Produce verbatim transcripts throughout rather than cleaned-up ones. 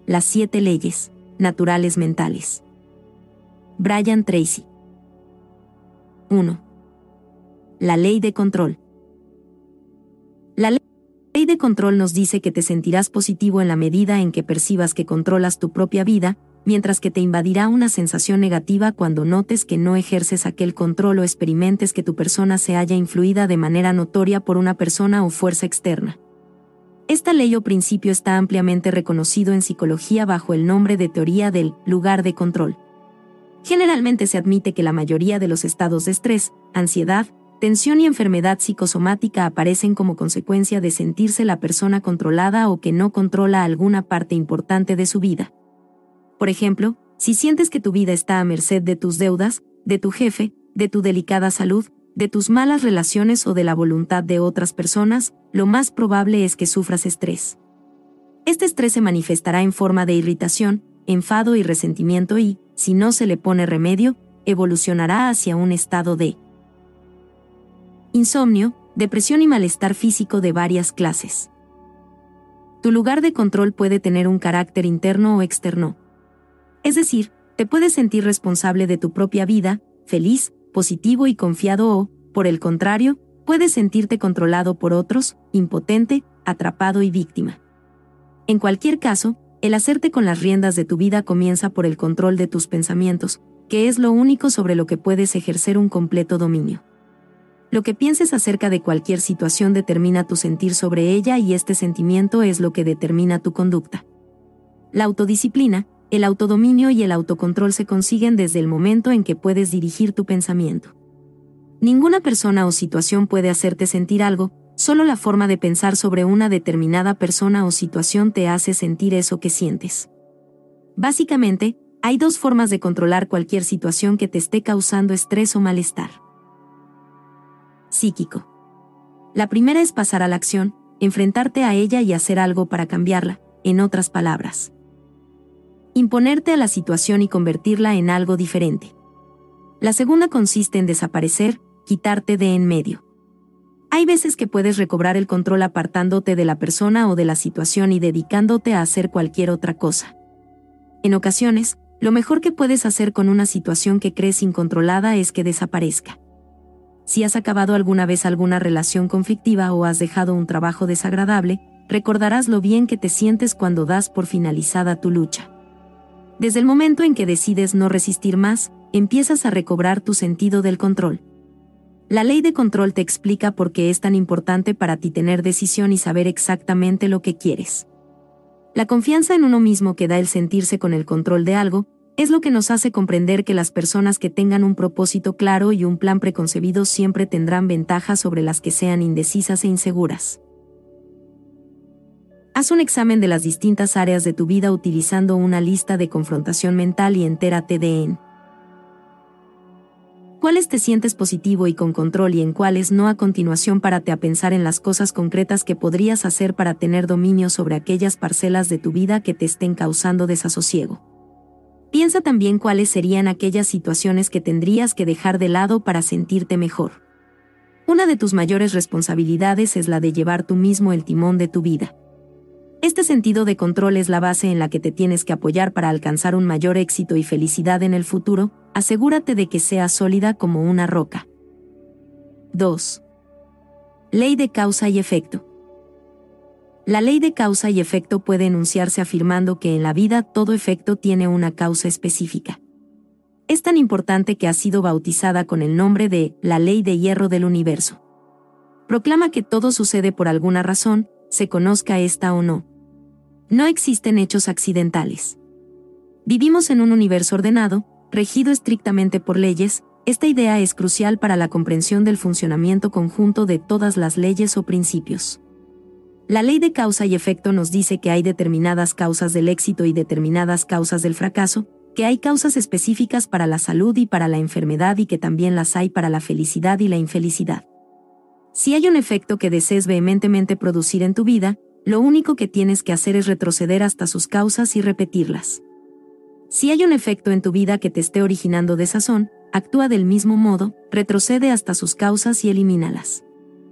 Las siete leyes naturales mentales. Brian Tracy. uno. La ley de control. La ley de control nos dice que te sentirás positivo en la medida en que percibas que controlas tu propia vida, mientras que te invadirá una sensación negativa cuando notes que no ejerces aquel control o experimentes que tu persona se haya influida de manera notoria por una persona o fuerza externa. Esta ley o principio está ampliamente reconocido en psicología bajo el nombre de teoría del lugar de control. Generalmente se admite que la mayoría de los estados de estrés, ansiedad, tensión y enfermedad psicosomática aparecen como consecuencia de sentirse la persona controlada o que no controla alguna parte importante de su vida. Por ejemplo, si sientes que tu vida está a merced de tus deudas, de tu jefe, de tu delicada salud, de tus malas relaciones o de la voluntad de otras personas, lo más probable es que sufras estrés. Este estrés se manifestará en forma de irritación, enfado y resentimiento y, si no se le pone remedio, evolucionará hacia un estado de insomnio, depresión y malestar físico de varias clases. Tu lugar de control puede tener un carácter interno o externo. Es decir, te puedes sentir responsable de tu propia vida, feliz, positivo y confiado o, por el contrario, puedes sentirte controlado por otros, impotente, atrapado y víctima. En cualquier caso, el hacerte con las riendas de tu vida comienza por el control de tus pensamientos, que es lo único sobre lo que puedes ejercer un completo dominio. Lo que pienses acerca de cualquier situación determina tu sentir sobre ella y este sentimiento es lo que determina tu conducta. La autodisciplina, el autodominio y el autocontrol se consiguen desde el momento en que puedes dirigir tu pensamiento. Ninguna persona o situación puede hacerte sentir algo, solo la forma de pensar sobre una determinada persona o situación te hace sentir eso que sientes. Básicamente, hay dos formas de controlar cualquier situación que te esté causando estrés o malestar. Psíquico. La primera es pasar a la acción, enfrentarte a ella y hacer algo para cambiarla, en otras palabras. Imponerte a la situación y convertirla en algo diferente. La segunda consiste en desaparecer, quitarte de en medio. Hay veces que puedes recobrar el control apartándote de la persona o de la situación y dedicándote a hacer cualquier otra cosa. En ocasiones, lo mejor que puedes hacer con una situación que crees incontrolada es que desaparezca. Si has acabado alguna vez alguna relación conflictiva o has dejado un trabajo desagradable, recordarás lo bien que te sientes cuando das por finalizada tu lucha. Desde el momento en que decides no resistir más, empiezas a recobrar tu sentido del control. La ley de control te explica por qué es tan importante para ti tener decisión y saber exactamente lo que quieres. La confianza en uno mismo que da el sentirse con el control de algo, es lo que nos hace comprender que las personas que tengan un propósito claro y un plan preconcebido siempre tendrán ventajas sobre las que sean indecisas e inseguras. Haz un examen de las distintas áreas de tu vida utilizando una lista de confrontación mental y entérate de en cuáles te sientes positivo y con control y en cuáles no. A continuación, párate a pensar en las cosas concretas que podrías hacer para tener dominio sobre aquellas parcelas de tu vida que te estén causando desasosiego. Piensa también cuáles serían aquellas situaciones que tendrías que dejar de lado para sentirte mejor. Una de tus mayores responsabilidades es la de llevar tú mismo el timón de tu vida. Este sentido de control es la base en la que te tienes que apoyar para alcanzar un mayor éxito y felicidad en el futuro. Asegúrate de que sea sólida como una roca. dos. Ley de causa y efecto. La ley de causa y efecto puede enunciarse afirmando que en la vida todo efecto tiene una causa específica. Es tan importante que ha sido bautizada con el nombre de la ley de hierro del universo. Proclama que todo sucede por alguna razón, se conozca esta o no. No existen hechos accidentales. Vivimos en un universo ordenado, regido estrictamente por leyes. Esta idea es crucial para la comprensión del funcionamiento conjunto de todas las leyes o principios. La ley de causa y efecto nos dice que hay determinadas causas del éxito y determinadas causas del fracaso, que hay causas específicas para la salud y para la enfermedad y que también las hay para la felicidad y la infelicidad. Si hay un efecto que desees vehementemente producir en tu vida, lo único que tienes que hacer es retroceder hasta sus causas y repetirlas. Si hay un efecto en tu vida que te esté originando desazón, actúa del mismo modo, retrocede hasta sus causas y elimínalas.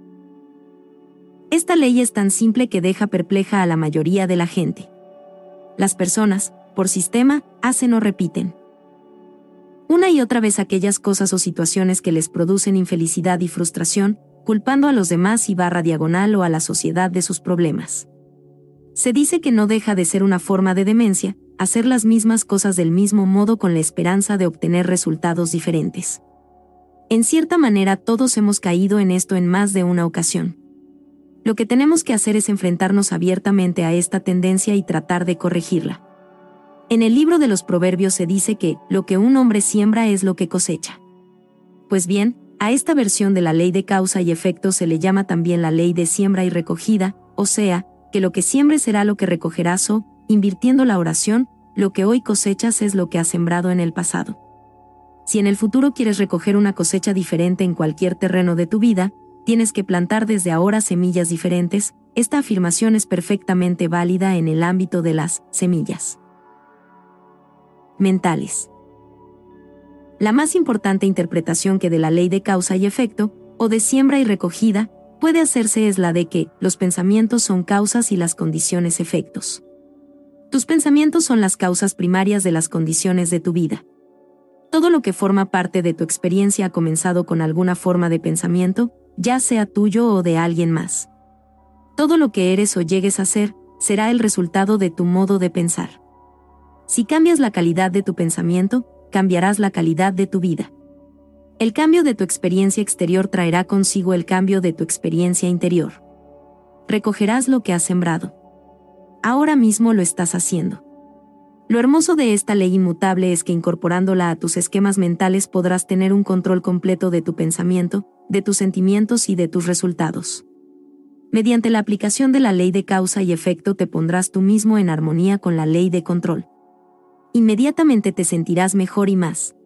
Esta ley es tan simple que deja perpleja a la mayoría de la gente. Las personas, por sistema, hacen o repiten una y otra vez aquellas cosas o situaciones que les producen infelicidad y frustración, culpando a los demás y barra diagonal o a la sociedad de sus problemas. Se dice que no deja de ser una forma de demencia, hacer las mismas cosas del mismo modo con la esperanza de obtener resultados diferentes. En cierta manera todos hemos caído en esto en más de una ocasión. Lo que tenemos que hacer es enfrentarnos abiertamente a esta tendencia y tratar de corregirla. En el libro de los Proverbios se dice que lo que un hombre siembra es lo que cosecha. Pues bien, a esta versión de la ley de causa y efecto se le llama también la ley de siembra y recogida, o sea, que lo que siembres será lo que recogerás o, invirtiendo la oración, lo que hoy cosechas es lo que has sembrado en el pasado. Si en el futuro quieres recoger una cosecha diferente en cualquier terreno de tu vida, tienes que plantar desde ahora semillas diferentes. Esta afirmación es perfectamente válida en el ámbito de las semillas mentales. La más importante interpretación que de la ley de causa y efecto, o de siembra y recogida, puede hacerse es la de que los pensamientos son causas y las condiciones efectos. Tus pensamientos son las causas primarias de las condiciones de tu vida. Todo lo que forma parte de tu experiencia ha comenzado con alguna forma de pensamiento, ya sea tuyo o de alguien más. Todo lo que eres o llegues a ser, será el resultado de tu modo de pensar. Si cambias la calidad de tu pensamiento, cambiarás la calidad de tu vida. El cambio de tu experiencia exterior traerá consigo el cambio de tu experiencia interior. Recogerás lo que has sembrado. Ahora mismo lo estás haciendo. Lo hermoso de esta ley inmutable es que incorporándola a tus esquemas mentales podrás tener un control completo de tu pensamiento, de tus sentimientos y de tus resultados. Mediante la aplicación de la ley de causa y efecto te pondrás tú mismo en armonía con la ley de control. Inmediatamente te sentirás mejor y más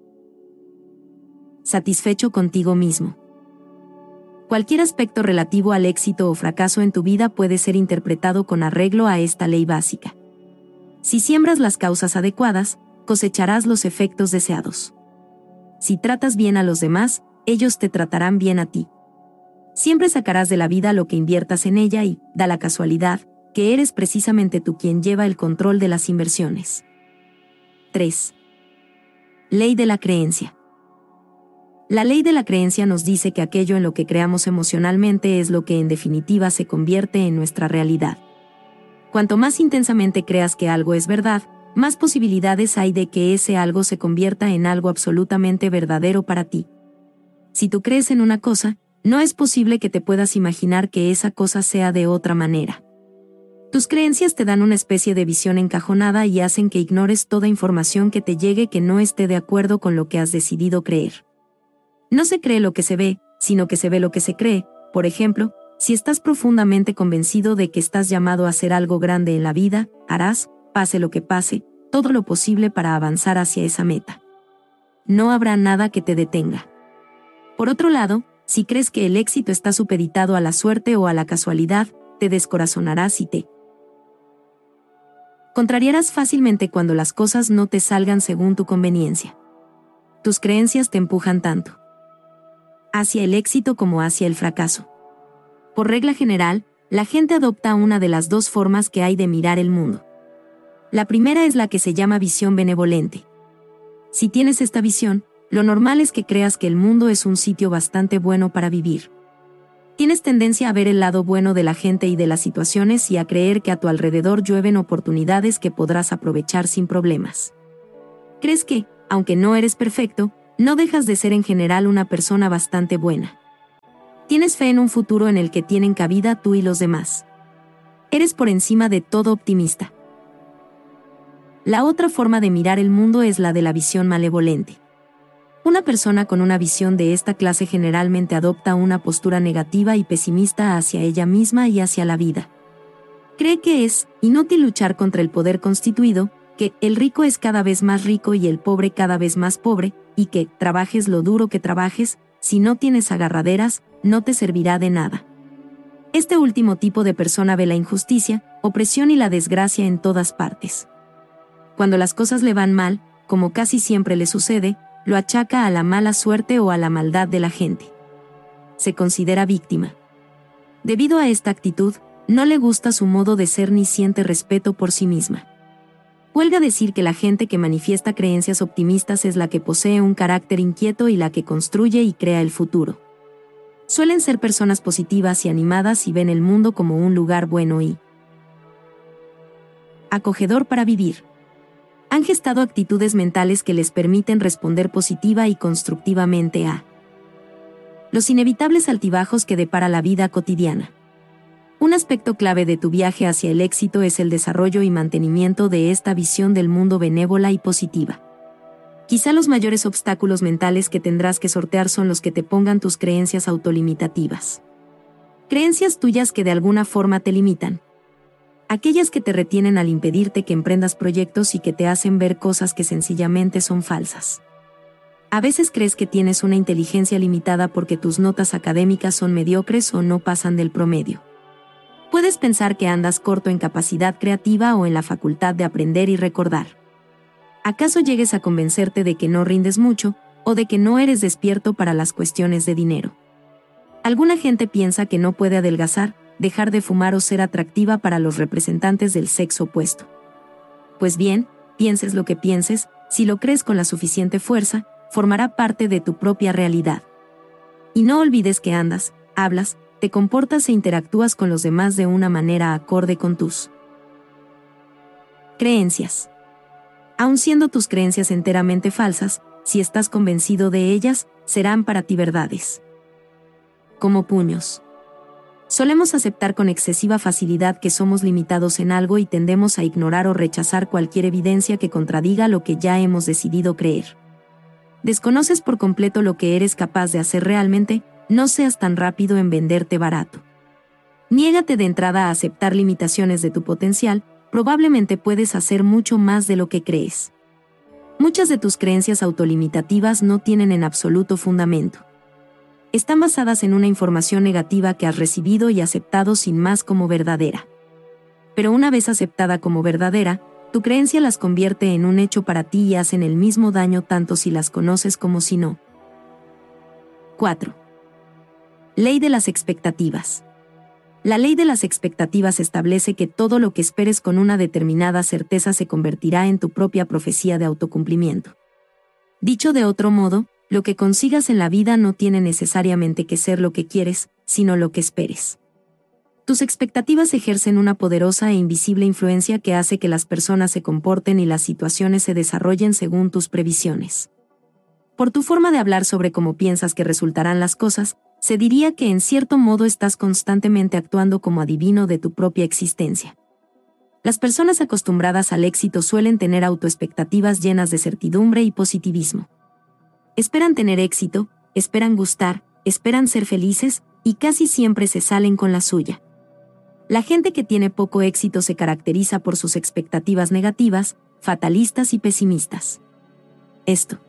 satisfecho contigo mismo. Cualquier aspecto relativo al éxito o fracaso en tu vida puede ser interpretado con arreglo a esta ley básica. Si siembras las causas adecuadas, cosecharás los efectos deseados. Si tratas bien a los demás, ellos te tratarán bien a ti. Siempre sacarás de la vida lo que inviertas en ella y, da la casualidad, que eres precisamente tú quien lleva el control de las inversiones. tres. Ley de la creencia. La ley de la creencia nos dice que aquello en lo que creamos emocionalmente es lo que en definitiva se convierte en nuestra realidad. Cuanto más intensamente creas que algo es verdad, más posibilidades hay de que ese algo se convierta en algo absolutamente verdadero para ti. Si tú crees en una cosa, no es posible que te puedas imaginar que esa cosa sea de otra manera. Tus creencias te dan una especie de visión encajonada y hacen que ignores toda información que te llegue que no esté de acuerdo con lo que has decidido creer. No se cree lo que se ve, sino que se ve lo que se cree. Por ejemplo, si estás profundamente convencido de que estás llamado a hacer algo grande en la vida, harás, pase lo que pase, todo lo posible para avanzar hacia esa meta. No habrá nada que te detenga. Por otro lado, si crees que el éxito está supeditado a la suerte o a la casualidad, te descorazonarás y te contrariarás fácilmente cuando las cosas no te salgan según tu conveniencia. Tus creencias te empujan tanto hacia el éxito como hacia el fracaso. Por regla general, la gente adopta una de las dos formas que hay de mirar el mundo. La primera es la que se llama visión benevolente. Si tienes esta visión, lo normal es que creas que el mundo es un sitio bastante bueno para vivir. Tienes tendencia a ver el lado bueno de la gente y de las situaciones y a creer que a tu alrededor llueven oportunidades que podrás aprovechar sin problemas. Crees que, aunque no eres perfecto, no dejas de ser en general una persona bastante buena. Tienes fe en un futuro en el que tienen cabida tú y los demás. Eres por encima de todo optimista. La otra forma de mirar el mundo es la de la visión malevolente. Una persona con una visión de esta clase generalmente adopta una postura negativa y pesimista hacia ella misma y hacia la vida. Cree que es inútil luchar contra el poder constituido, que el rico es cada vez más rico y el pobre cada vez más pobre, y que, trabajes lo duro que trabajes, si no tienes agarraderas, no te servirá de nada. Este último tipo de persona ve la injusticia, opresión y la desgracia en todas partes. Cuando las cosas le van mal, como casi siempre le sucede, lo achaca a la mala suerte o a la maldad de la gente. Se considera víctima. Debido a esta actitud, no le gusta su modo de ser ni siente respeto por sí misma. Huelga decir que la gente que manifiesta creencias optimistas es la que posee un carácter inquieto y la que construye y crea el futuro. Suelen ser personas positivas y animadas y ven el mundo como un lugar bueno y acogedor para vivir. Han gestado actitudes mentales que les permiten responder positiva y constructivamente a los inevitables altibajos que depara la vida cotidiana. Un aspecto clave de tu viaje hacia el éxito es el desarrollo y mantenimiento de esta visión del mundo benévola y positiva. Quizá los mayores obstáculos mentales que tendrás que sortear son los que te pongan tus creencias autolimitativas. Creencias tuyas que de alguna forma te limitan. Aquellas que te retienen al impedirte que emprendas proyectos y que te hacen ver cosas que sencillamente son falsas. A veces crees que tienes una inteligencia limitada porque tus notas académicas son mediocres o no pasan del promedio. Puedes pensar que andas corto en capacidad creativa o en la facultad de aprender y recordar. ¿Acaso llegues a convencerte de que no rindes mucho, o de que no eres despierto para las cuestiones de dinero? Alguna gente piensa que no puede adelgazar, dejar de fumar o ser atractiva para los representantes del sexo opuesto. Pues bien, pienses lo que pienses, si lo crees con la suficiente fuerza, formará parte de tu propia realidad. Y no olvides que andas, hablas, te comportas e interactúas con los demás de una manera acorde con tus creencias. Aun siendo tus creencias enteramente falsas, si estás convencido de ellas, serán para ti verdades. Como puños. Solemos aceptar con excesiva facilidad que somos limitados en algo y tendemos a ignorar o rechazar cualquier evidencia que contradiga lo que ya hemos decidido creer. Desconoces por completo lo que eres capaz de hacer realmente, no seas tan rápido en venderte barato. Niégate de entrada a aceptar limitaciones de tu potencial, probablemente puedes hacer mucho más de lo que crees. Muchas de tus creencias autolimitativas no tienen en absoluto fundamento. Están basadas en una información negativa que has recibido y aceptado sin más como verdadera. Pero una vez aceptada como verdadera, tu creencia las convierte en un hecho para ti y hacen el mismo daño tanto si las conoces como si no. cuatro. Ley de las expectativas. La ley de las expectativas establece que todo lo que esperes con una determinada certeza se convertirá en tu propia profecía de autocumplimiento. Dicho de otro modo, lo que consigas en la vida no tiene necesariamente que ser lo que quieres, sino lo que esperes. Tus expectativas ejercen una poderosa e invisible influencia que hace que las personas se comporten y las situaciones se desarrollen según tus previsiones. Por tu forma de hablar sobre cómo piensas que resultarán las cosas, se diría que en cierto modo estás constantemente actuando como adivino de tu propia existencia. Las personas acostumbradas al éxito suelen tener autoexpectativas llenas de certidumbre y positivismo. Esperan tener éxito, esperan gustar, esperan ser felices, y casi siempre se salen con la suya. La gente que tiene poco éxito se caracteriza por sus expectativas negativas, fatalistas y pesimistas. Esto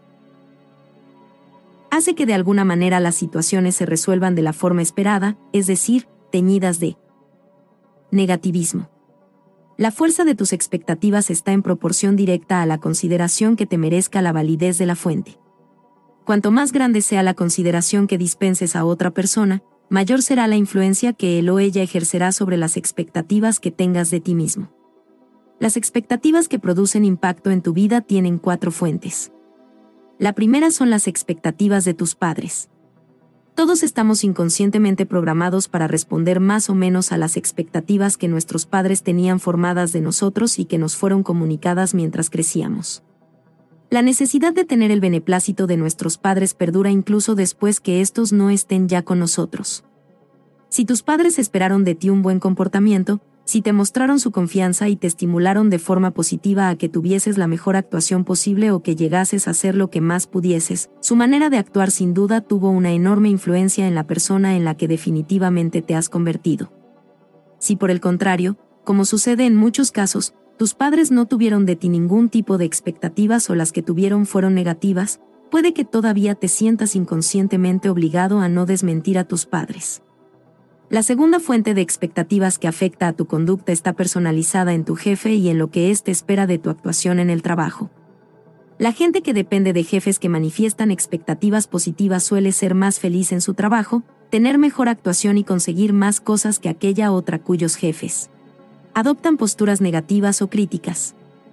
hace que de alguna manera las situaciones se resuelvan de la forma esperada, es decir, teñidas de negativismo. La fuerza de tus expectativas está en proporción directa a la consideración que te merezca la validez de la fuente. Cuanto más grande sea la consideración que dispenses a otra persona, mayor será la influencia que él o ella ejercerá sobre las expectativas que tengas de ti mismo. Las expectativas que producen impacto en tu vida tienen cuatro fuentes. La primera son las expectativas de tus padres. Todos estamos inconscientemente programados para responder más o menos a las expectativas que nuestros padres tenían formadas de nosotros y que nos fueron comunicadas mientras crecíamos. La necesidad de tener el beneplácito de nuestros padres perdura incluso después que estos no estén ya con nosotros. Si tus padres esperaron de ti un buen comportamiento, si te mostraron su confianza y te estimularon de forma positiva a que tuvieses la mejor actuación posible o que llegases a hacer lo que más pudieses, su manera de actuar sin duda tuvo una enorme influencia en la persona en la que definitivamente te has convertido. Si por el contrario, como sucede en muchos casos, tus padres no tuvieron de ti ningún tipo de expectativas o las que tuvieron fueron negativas, puede que todavía te sientas inconscientemente obligado a no desmentir a tus padres. La segunda fuente de expectativas que afecta a tu conducta está personalizada en tu jefe y en lo que éste espera de tu actuación en el trabajo. La gente que depende de jefes que manifiestan expectativas positivas suele ser más feliz en su trabajo, tener mejor actuación y conseguir más cosas que aquella otra cuyos jefes adoptan posturas negativas o críticas.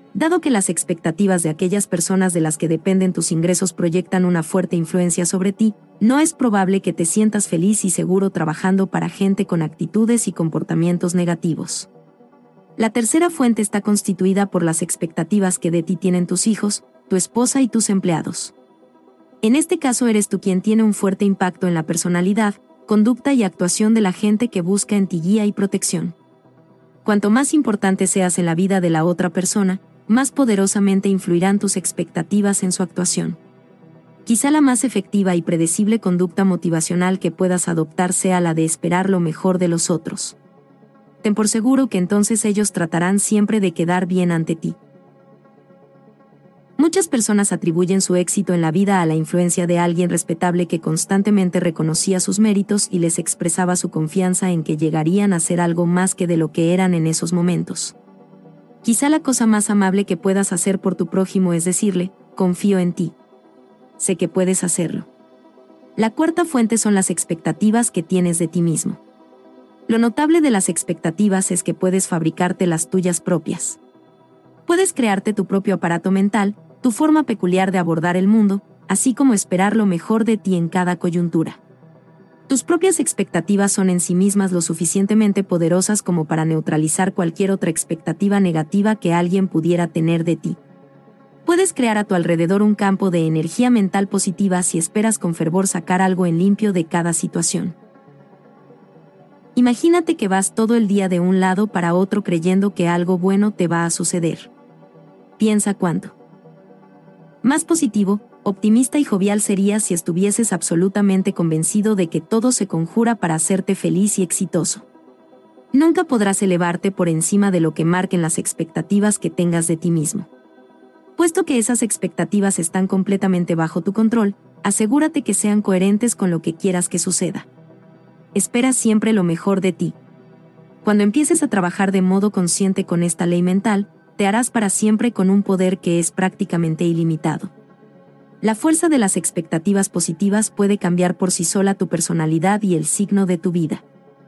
Dado que las expectativas de aquellas personas de las que dependen tus ingresos proyectan una fuerte influencia sobre ti, no es probable que te sientas feliz y seguro trabajando para gente con actitudes y comportamientos negativos. La tercera fuente está constituida por las expectativas que de ti tienen tus hijos, tu esposa y tus empleados. En este caso eres tú quien tiene un fuerte impacto en la personalidad, conducta y actuación de la gente que busca en ti guía y protección. Cuanto más importante seas en la vida de la otra persona, más poderosamente influirán tus expectativas en su actuación. Quizá la más efectiva y predecible conducta motivacional que puedas adoptar sea la de esperar lo mejor de los otros. Ten por seguro que entonces ellos tratarán siempre de quedar bien ante ti. Muchas personas atribuyen su éxito en la vida a la influencia de alguien respetable que constantemente reconocía sus méritos y les expresaba su confianza en que llegarían a ser algo más que de lo que eran en esos momentos. Quizá la cosa más amable que puedas hacer por tu prójimo es decirle, confío en ti. Sé que puedes hacerlo. La cuarta fuente son las expectativas que tienes de ti mismo. Lo notable de las expectativas es que puedes fabricarte las tuyas propias. Puedes crearte tu propio aparato mental, tu forma peculiar de abordar el mundo, así como esperar lo mejor de ti en cada coyuntura. Tus propias expectativas son en sí mismas lo suficientemente poderosas como para neutralizar cualquier otra expectativa negativa que alguien pudiera tener de ti. Puedes crear a tu alrededor un campo de energía mental positiva si esperas con fervor sacar algo en limpio de cada situación. Imagínate que vas todo el día de un lado para otro creyendo que algo bueno te va a suceder. Piensa cuánto más positivo, optimista y jovial serías si estuvieses absolutamente convencido de que todo se conjura para hacerte feliz y exitoso. Nunca podrás elevarte por encima de lo que marquen las expectativas que tengas de ti mismo. Puesto que esas expectativas están completamente bajo tu control, asegúrate que sean coherentes con lo que quieras que suceda. Espera siempre lo mejor de ti. Cuando empieces a trabajar de modo consciente con esta ley mental, te harás para siempre con un poder que es prácticamente ilimitado. La fuerza de las expectativas positivas puede cambiar por sí sola tu personalidad y el signo de tu vida.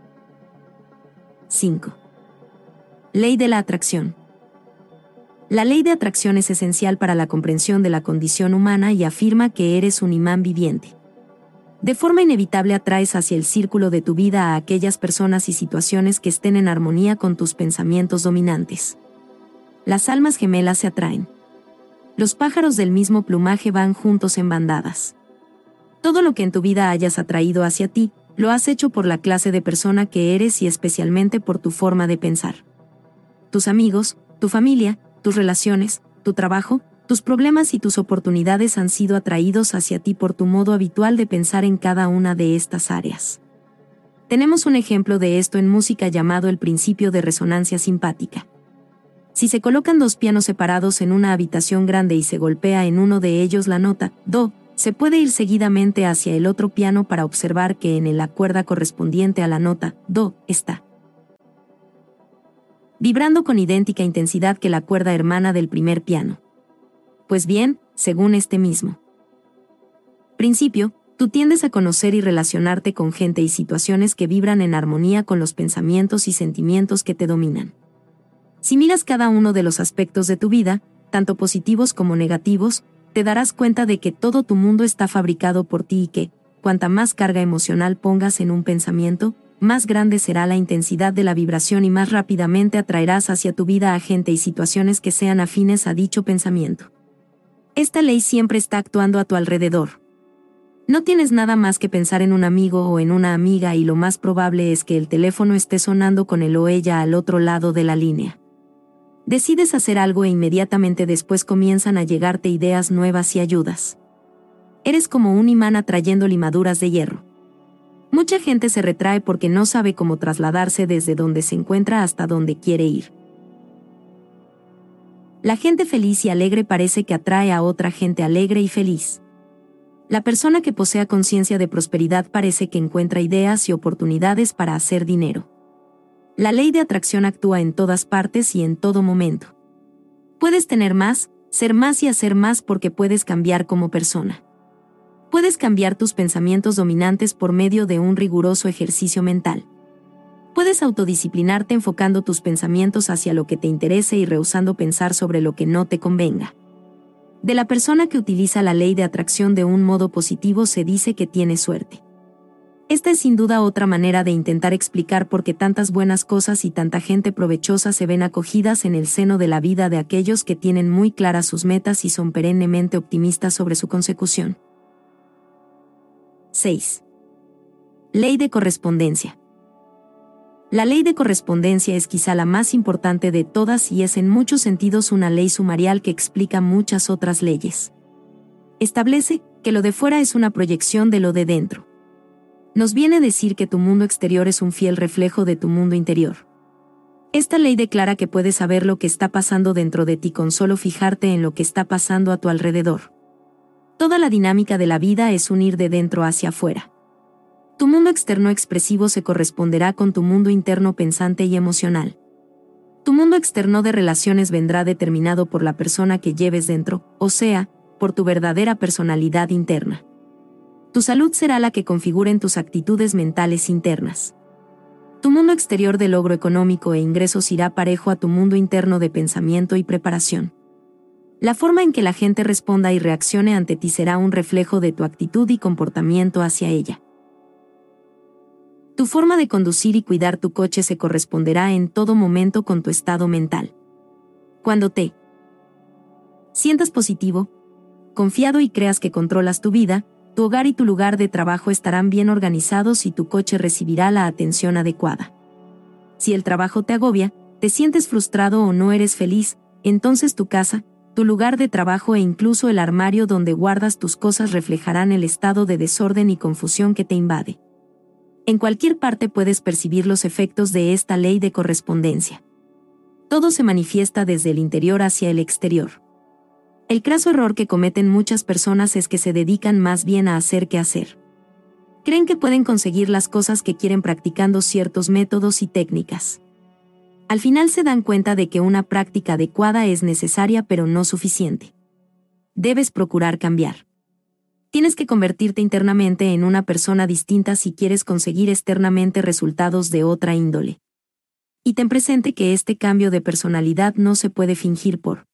cinco. Ley de la atracción. La ley de atracción es esencial para la comprensión de la condición humana y afirma que eres un imán viviente. De forma inevitable atraes hacia el círculo de tu vida a aquellas personas y situaciones que estén en armonía con tus pensamientos dominantes. Las almas gemelas se atraen. Los pájaros del mismo plumaje van juntos en bandadas. Todo lo que en tu vida hayas atraído hacia ti, lo has hecho por la clase de persona que eres y especialmente por tu forma de pensar. Tus amigos, tu familia, tus relaciones, tu trabajo, tus problemas y tus oportunidades han sido atraídos hacia ti por tu modo habitual de pensar en cada una de estas áreas. Tenemos un ejemplo de esto en música llamado el principio de resonancia simpática. Si se colocan dos pianos separados en una habitación grande y se golpea en uno de ellos la nota do, se puede ir seguidamente hacia el otro piano para observar que en la cuerda correspondiente a la nota do está vibrando con idéntica intensidad que la cuerda hermana del primer piano. Pues bien, según este mismo principio, tú tiendes a conocer y relacionarte con gente y situaciones que vibran en armonía con los pensamientos y sentimientos que te dominan. Si miras cada uno de los aspectos de tu vida, tanto positivos como negativos, te darás cuenta de que todo tu mundo está fabricado por ti y que, cuanta más carga emocional pongas en un pensamiento, más grande será la intensidad de la vibración y más rápidamente atraerás hacia tu vida a gente y situaciones que sean afines a dicho pensamiento. Esta ley siempre está actuando a tu alrededor. No tienes nada más que pensar en un amigo o en una amiga y lo más probable es que el teléfono esté sonando con él o ella al otro lado de la línea. Decides hacer algo e inmediatamente después comienzan a llegarte ideas nuevas y ayudas. Eres como un imán atrayendo limaduras de hierro. Mucha gente se retrae porque no sabe cómo trasladarse desde donde se encuentra hasta donde quiere ir. La gente feliz y alegre parece que atrae a otra gente alegre y feliz. La persona que posea conciencia de prosperidad parece que encuentra ideas y oportunidades para hacer dinero. La ley de atracción actúa en todas partes y en todo momento. Puedes tener más, ser más y hacer más porque puedes cambiar como persona. Puedes cambiar tus pensamientos dominantes por medio de un riguroso ejercicio mental. Puedes autodisciplinarte enfocando tus pensamientos hacia lo que te interese y rehusando pensar sobre lo que no te convenga. De la persona que utiliza la ley de atracción de un modo positivo se dice que tiene suerte. Esta es sin duda otra manera de intentar explicar por qué tantas buenas cosas y tanta gente provechosa se ven acogidas en el seno de la vida de aquellos que tienen muy claras sus metas y son perennemente optimistas sobre su consecución. seis. Ley de correspondencia. La ley de correspondencia es quizá la más importante de todas y es en muchos sentidos una ley sumarial que explica muchas otras leyes. Establece que lo de fuera es una proyección de lo de dentro. Nos viene a decir que tu mundo exterior es un fiel reflejo de tu mundo interior. Esta ley declara que puedes saber lo que está pasando dentro de ti con solo fijarte en lo que está pasando a tu alrededor. Toda la dinámica de la vida es un ir de dentro hacia afuera. Tu mundo externo expresivo se corresponderá con tu mundo interno pensante y emocional. Tu mundo externo de relaciones vendrá determinado por la persona que lleves dentro, o sea, por tu verdadera personalidad interna. Tu salud será la que configuren tus actitudes mentales internas. Tu mundo exterior de logro económico e ingresos irá parejo a tu mundo interno de pensamiento y preparación. La forma en que la gente responda y reaccione ante ti será un reflejo de tu actitud y comportamiento hacia ella. Tu forma de conducir y cuidar tu coche se corresponderá en todo momento con tu estado mental. Cuando te sientas positivo, confiado y creas que controlas tu vida, tu hogar y tu lugar de trabajo estarán bien organizados y tu coche recibirá la atención adecuada. Si el trabajo te agobia, te sientes frustrado o no eres feliz, entonces tu casa, tu lugar de trabajo e incluso el armario donde guardas tus cosas reflejarán el estado de desorden y confusión que te invade. En cualquier parte puedes percibir los efectos de esta ley de correspondencia. Todo se manifiesta desde el interior hacia el exterior. El craso error que cometen muchas personas es que se dedican más bien a hacer que hacer. Creen que pueden conseguir las cosas que quieren practicando ciertos métodos y técnicas. Al final se dan cuenta de que una práctica adecuada es necesaria pero no suficiente. Debes procurar cambiar. Tienes que convertirte internamente en una persona distinta si quieres conseguir externamente resultados de otra índole. Y ten presente que este cambio de personalidad no se puede fingir por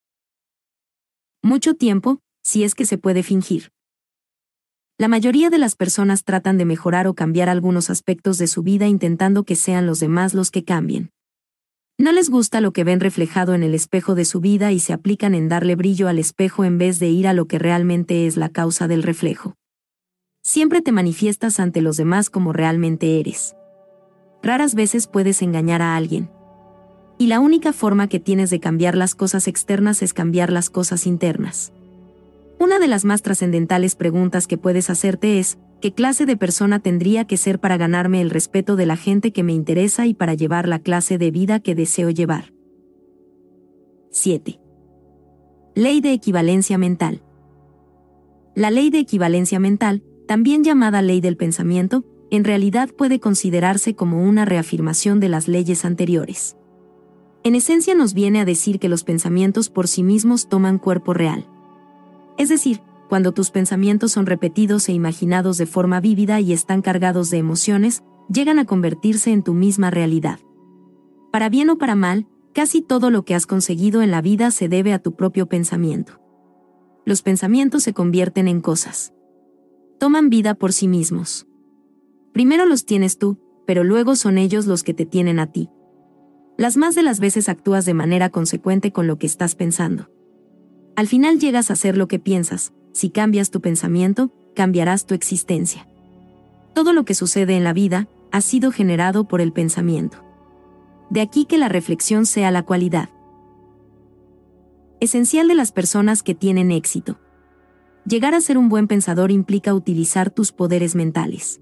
mucho tiempo, si es que se puede fingir. La mayoría de las personas tratan de mejorar o cambiar algunos aspectos de su vida intentando que sean los demás los que cambien. No les gusta lo que ven reflejado en el espejo de su vida y se aplican en darle brillo al espejo en vez de ir a lo que realmente es la causa del reflejo. Siempre te manifiestas ante los demás como realmente eres. Raras veces puedes engañar a alguien. Y la única forma que tienes de cambiar las cosas externas es cambiar las cosas internas. Una de las más trascendentales preguntas que puedes hacerte es, ¿qué clase de persona tendría que ser para ganarme el respeto de la gente que me interesa y para llevar la clase de vida que deseo llevar? siete. Ley de equivalencia mental. La ley de equivalencia mental, también llamada ley del pensamiento, en realidad puede considerarse como una reafirmación de las leyes anteriores. En esencia nos viene a decir que los pensamientos por sí mismos toman cuerpo real. Es decir, cuando tus pensamientos son repetidos e imaginados de forma vívida y están cargados de emociones, llegan a convertirse en tu misma realidad. Para bien o para mal, casi todo lo que has conseguido en la vida se debe a tu propio pensamiento. Los pensamientos se convierten en cosas. Toman vida por sí mismos. Primero los tienes tú, pero luego son ellos los que te tienen a ti. Las más de las veces actúas de manera consecuente con lo que estás pensando. Al final llegas a hacer lo que piensas. Si cambias tu pensamiento, cambiarás tu existencia. Todo lo que sucede en la vida ha sido generado por el pensamiento. De aquí que la reflexión sea la cualidad esencial de las personas que tienen éxito. Llegar a ser un buen pensador implica utilizar tus poderes mentales.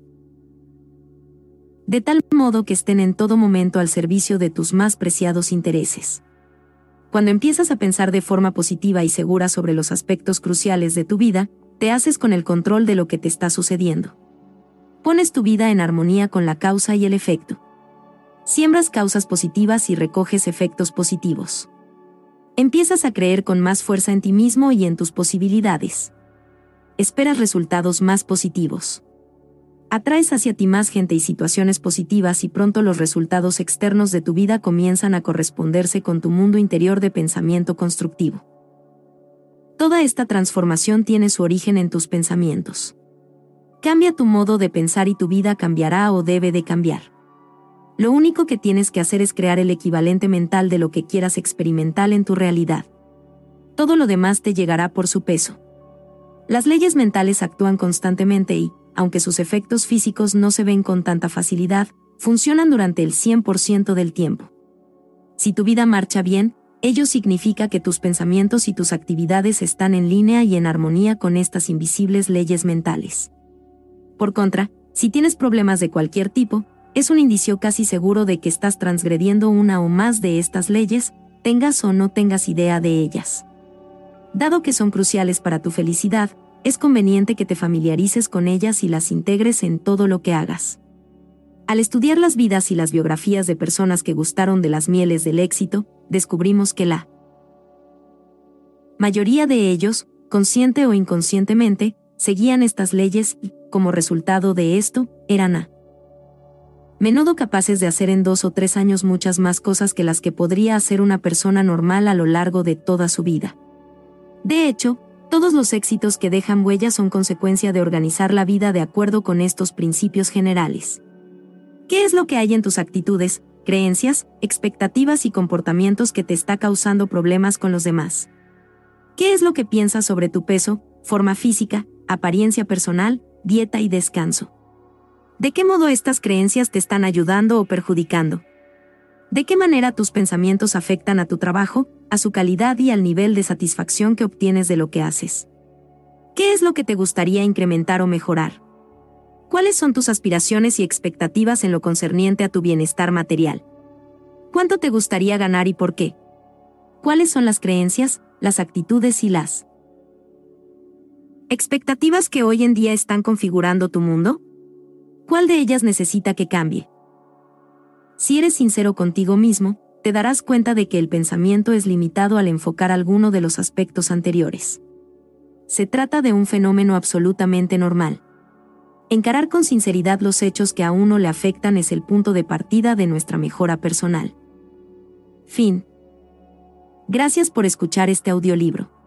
De tal modo que estén en todo momento al servicio de tus más preciados intereses. Cuando empiezas a pensar de forma positiva y segura sobre los aspectos cruciales de tu vida, te haces con el control de lo que te está sucediendo. Pones tu vida en armonía con la causa y el efecto. Siembras causas positivas y recoges efectos positivos. Empiezas a creer con más fuerza en ti mismo y en tus posibilidades. Esperas resultados más positivos. Atraes hacia ti más gente y situaciones positivas y pronto los resultados externos de tu vida comienzan a corresponderse con tu mundo interior de pensamiento constructivo. Toda esta transformación tiene su origen en tus pensamientos. Cambia tu modo de pensar y tu vida cambiará o debe de cambiar. Lo único que tienes que hacer es crear el equivalente mental de lo que quieras experimentar en tu realidad. Todo lo demás te llegará por su peso. Las leyes mentales actúan constantemente y, aunque sus efectos físicos no se ven con tanta facilidad, funcionan durante el cien por ciento del tiempo. Si tu vida marcha bien, ello significa que tus pensamientos y tus actividades están en línea y en armonía con estas invisibles leyes mentales. Por contra, si tienes problemas de cualquier tipo, es un indicio casi seguro de que estás transgrediendo una o más de estas leyes, tengas o no tengas idea de ellas. Dado que son cruciales para tu felicidad, es conveniente que te familiarices con ellas y las integres en todo lo que hagas. Al estudiar las vidas y las biografías de personas que gustaron de las mieles del éxito, descubrimos que la mayoría de ellos, consciente o inconscientemente, seguían estas leyes y, como resultado de esto, eran a menudo capaces de hacer en dos o tres años muchas más cosas que las que podría hacer una persona normal a lo largo de toda su vida. De hecho, todos los éxitos que dejan huella son consecuencia de organizar la vida de acuerdo con estos principios generales. ¿Qué es lo que hay en tus actitudes, creencias, expectativas y comportamientos que te está causando problemas con los demás? ¿Qué es lo que piensas sobre tu peso, forma física, apariencia personal, dieta y descanso? ¿De qué modo estas creencias te están ayudando o perjudicando? ¿De qué manera tus pensamientos afectan a tu trabajo, a su calidad y al nivel de satisfacción que obtienes de lo que haces? ¿Qué es lo que te gustaría incrementar o mejorar? ¿Cuáles son tus aspiraciones y expectativas en lo concerniente a tu bienestar material? ¿Cuánto te gustaría ganar y por qué? ¿Cuáles son las creencias, las actitudes y las expectativas que hoy en día están configurando tu mundo? ¿Cuál de ellas necesita que cambie? Si eres sincero contigo mismo, te darás cuenta de que el pensamiento es limitado al enfocar alguno de los aspectos anteriores. Se trata de un fenómeno absolutamente normal. Encarar con sinceridad los hechos que a uno le afectan es el punto de partida de nuestra mejora personal. Fin. Gracias por escuchar este audiolibro.